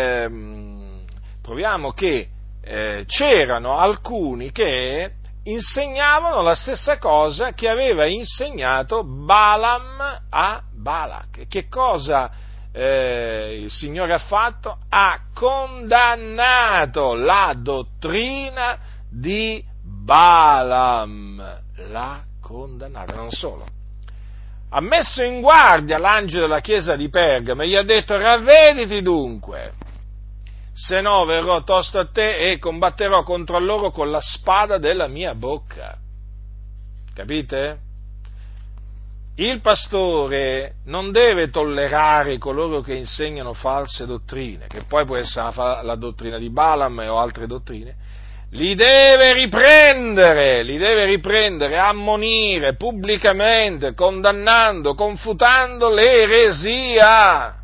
c'erano alcuni che insegnavano la stessa cosa che aveva insegnato Balaam a Balak. Che cosa il Signore ha fatto? Ha condannato la dottrina di Balaam, l'ha condannata, non solo. Ha messo in guardia l'angelo della chiesa di Pergamo e gli ha detto: ravvediti dunque, se no verrò tosto a te e combatterò contro loro con la spada della mia bocca. Capite? Il pastore non deve tollerare coloro che insegnano false dottrine, che poi può essere la dottrina di Balaam o altre dottrine. Li deve riprendere, ammonire pubblicamente, condannando, confutando l'eresia.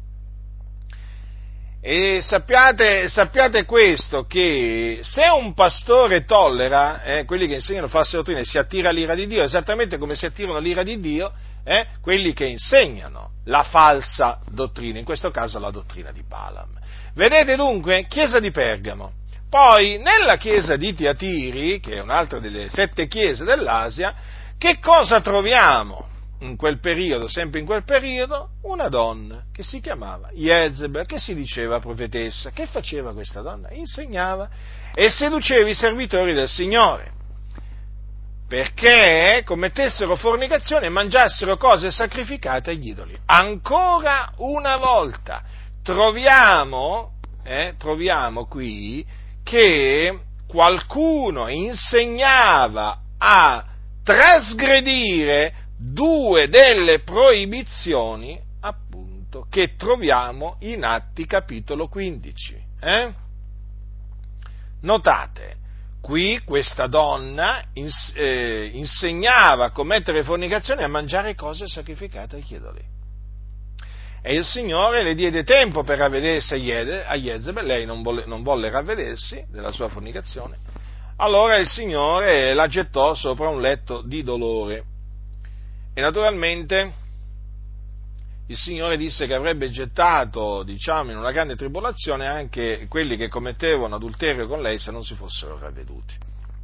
E sappiate questo, che se un pastore tollera quelli che insegnano false dottrine, si attira l'ira di Dio, esattamente come si attirano l'ira di Dio quelli che insegnano la falsa dottrina, in questo caso la dottrina di Balaam. Vedete dunque, chiesa di Pergamo. Poi, nella chiesa di Tiatiri, che è un'altra delle 7 chiese dell'Asia, che cosa troviamo? In quel periodo, sempre in quel periodo, una donna che si chiamava Jezebel, che si diceva profetessa. Che faceva questa donna? Insegnava e seduceva i servitori del Signore, perché commettessero fornicazione e mangiassero cose sacrificate agli idoli. Ancora una volta troviamo qui che qualcuno insegnava a trasgredire 2 delle proibizioni, appunto, che troviamo in Atti capitolo 15. Notate, qui questa donna insegnava a commettere fornicazione e a mangiare cose sacrificate agli idoli. E il Signore le diede tempo per ravvedersi a Jezebel, lei non volle ravvedersi della sua fornicazione. Allora il Signore la gettò sopra un letto di dolore. E naturalmente il Signore disse che avrebbe gettato, in una grande tribolazione anche quelli che commettevano adulterio con lei se non si fossero ravveduti.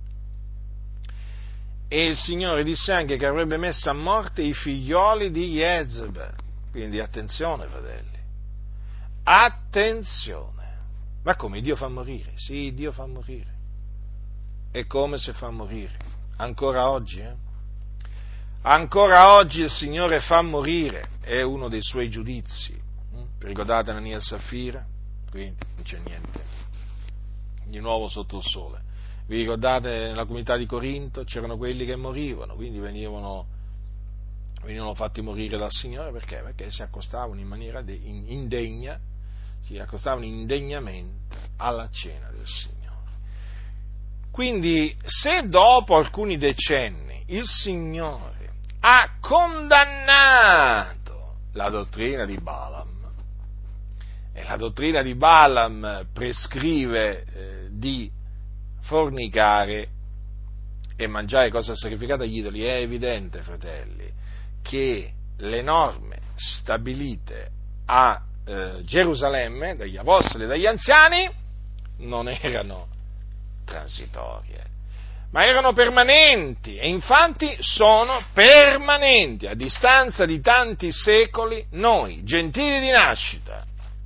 E il Signore disse anche che avrebbe messo a morte i figlioli di Jezebel. Quindi attenzione, fratelli, attenzione. Ma come, Dio fa morire? Sì, Dio fa morire. E come si fa morire? Ancora oggi, Ancora oggi il Signore fa morire, è uno dei suoi giudizi. Ricordate Anania e Saffira? quindi non c'è niente di nuovo sotto il sole. Vi ricordate, nella comunità di Corinto c'erano quelli che morivano, quindi venivano fatti morire dal Signore, perché? Perché si accostavano in maniera indegna, si accostavano indegnamente alla cena del Signore. Quindi, se dopo alcuni decenni il Signore ha condannato la dottrina di Balaam, e la dottrina di Balaam prescrive di fornicare e mangiare cose sacrificate agli idoli, è evidente, fratelli, che le norme stabilite a Gerusalemme dagli apostoli e dagli anziani non erano transitorie, ma erano permanenti, e infatti sono permanenti. A distanza di tanti secoli, noi, gentili di nascita,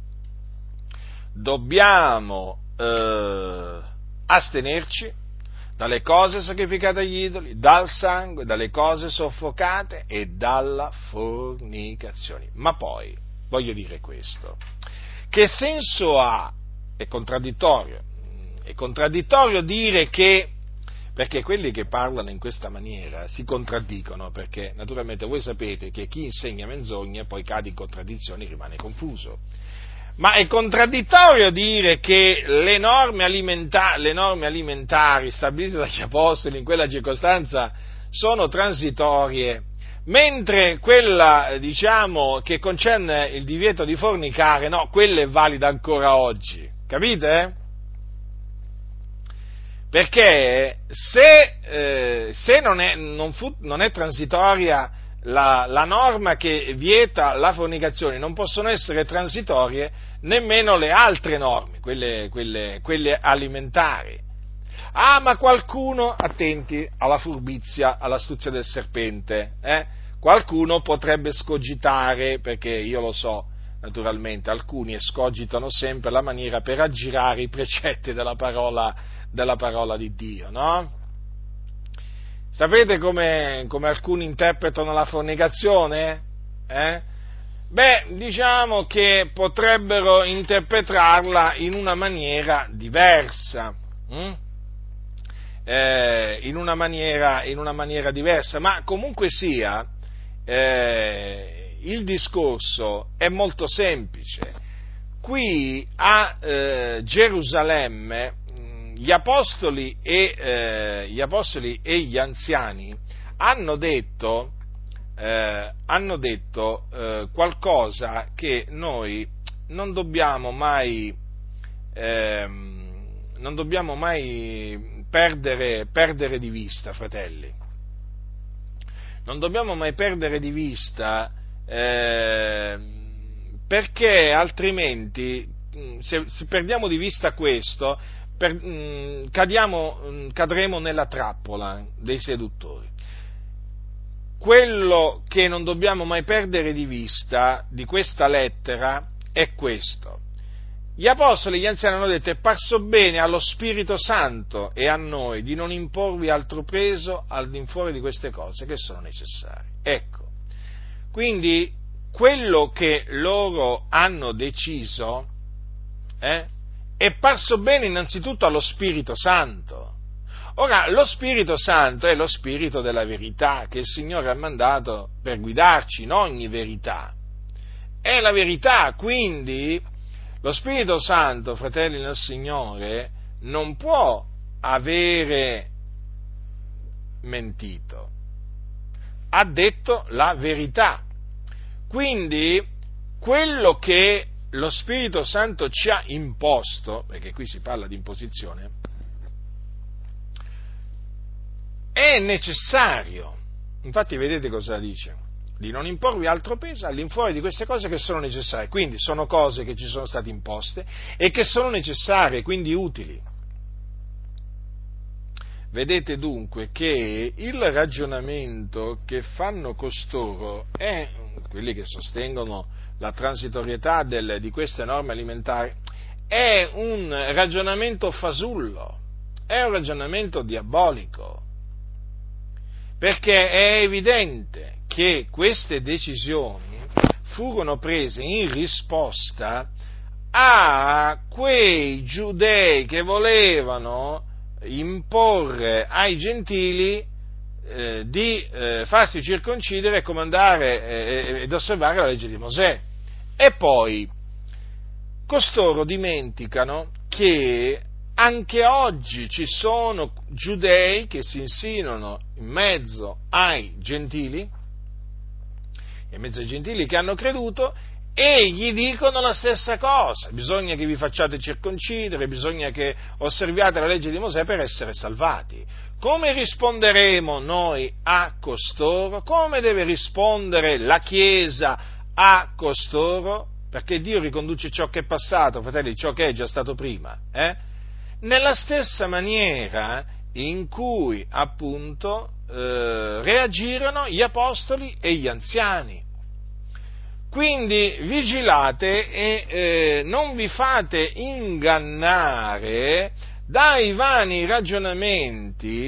dobbiamo astenerci dalle cose sacrificate agli idoli, dal sangue, dalle cose soffocate e dalla fornicazione. Ma poi, voglio dire questo, che senso ha, è contraddittorio dire che, perché quelli che parlano in questa maniera si contraddicono, perché naturalmente voi sapete che chi insegna menzogne poi cade in contraddizioni e rimane confuso. Ma è contraddittorio dire che le norme alimentari stabilite dagli apostoli in quella circostanza sono transitorie, mentre quella, che concerne il divieto di fornicare, no, quella è valida ancora oggi, capite? Perché se non è transitoria la norma che vieta la fornicazione, non possono essere transitorie nemmeno le altre norme, quelle alimentari. Ah, ma qualcuno, attenti alla furbizia, all'astuzia del serpente, qualcuno potrebbe scogitare, perché io lo so, naturalmente, alcuni escogitano sempre la maniera per aggirare i precetti della parola di Dio, no? Sapete come alcuni interpretano la fornicazione? Diciamo che potrebbero interpretarla in una maniera diversa, in una maniera diversa, ma comunque sia, il discorso è molto semplice. Qui a Gerusalemme gli apostoli e gli anziani hanno detto qualcosa che noi non dobbiamo mai perdere di vista, fratelli. Non dobbiamo mai perdere di vista, perché altrimenti, se perdiamo di vista questo, cadremo nella trappola dei seduttori. Quello che non dobbiamo mai perdere di vista di questa lettera è questo. Gli apostoli e gli anziani hanno detto: è parso bene allo Spirito Santo e a noi di non imporvi altro peso al di fuori di queste cose che sono necessarie. Ecco, quindi quello che loro hanno deciso è parso bene innanzitutto allo Spirito Santo. Ora, lo Spirito Santo è lo Spirito della verità che il Signore ha mandato per guidarci in ogni verità. È la verità, quindi lo Spirito Santo, fratelli nel Signore, non può avere mentito. Ha detto la verità. Quindi, quello che lo Spirito Santo ci ha imposto, perché qui si parla di imposizione, è necessario. Infatti vedete cosa dice? Di non imporvi altro peso all'infuori di queste cose che sono necessarie. Quindi sono cose che ci sono state imposte e che sono necessarie, quindi utili. Vedete dunque che il ragionamento che fanno costoro è, quelli che sostengono la transitorietà di queste norme alimentari, è un ragionamento fasullo, è un ragionamento diabolico, perché è evidente che queste decisioni furono prese in risposta a quei giudei che volevano imporre ai gentili di farsi circoncidere e comandare ed osservare la legge di Mosè. E poi costoro dimenticano che anche oggi ci sono giudei che si insinuano in mezzo ai gentili che hanno creduto, e gli dicono la stessa cosa: bisogna che vi facciate circoncidere, bisogna che osserviate la legge di Mosè per essere salvati. Come risponderemo noi a costoro? Come deve rispondere la Chiesa a costoro? Perché Dio riconduce ciò che è passato, fratelli, ciò che è già stato prima, nella stessa maniera in cui appunto reagirono gli apostoli e gli anziani. Quindi vigilate e non vi fate ingannare dai vani ragionamenti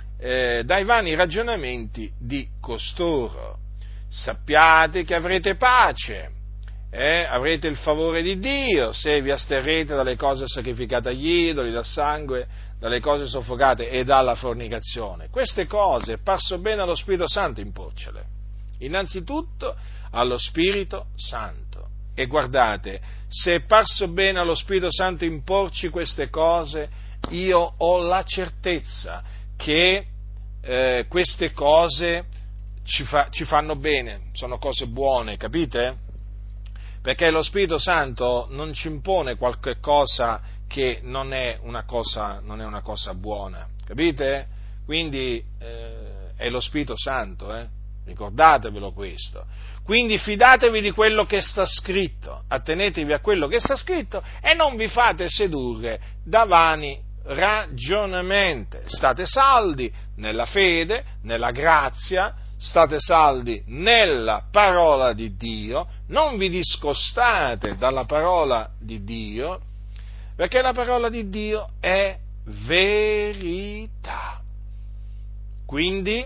di costoro. Sappiate che avrete pace, avrete il favore di Dio se vi asterrete dalle cose sacrificate agli idoli, dal sangue, dalle cose soffocate e dalla fornicazione. Queste cose è parso bene allo Spirito Santo imporcele. Innanzitutto allo Spirito Santo. E guardate, se è parso bene allo Spirito Santo imporci queste cose, io ho la certezza che queste cose ci fanno bene, sono cose buone, capite? Perché lo Spirito Santo non ci impone qualche cosa che non è una cosa buona, capite? Quindi è lo Spirito Santo, ricordatevelo questo. Quindi fidatevi di quello che sta scritto, attenetevi a quello che sta scritto e non vi fate sedurre da vani ragionamenti. State saldi nella fede, nella grazia, state saldi nella parola di Dio, non vi discostate dalla parola di Dio, perché la parola di Dio è verità. Quindi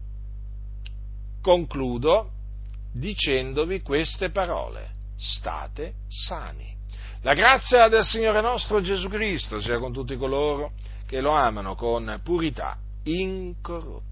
concludo dicendovi queste parole: state sani. La grazia del Signore nostro Gesù Cristo sia con tutti coloro che lo amano con purità incorrotta.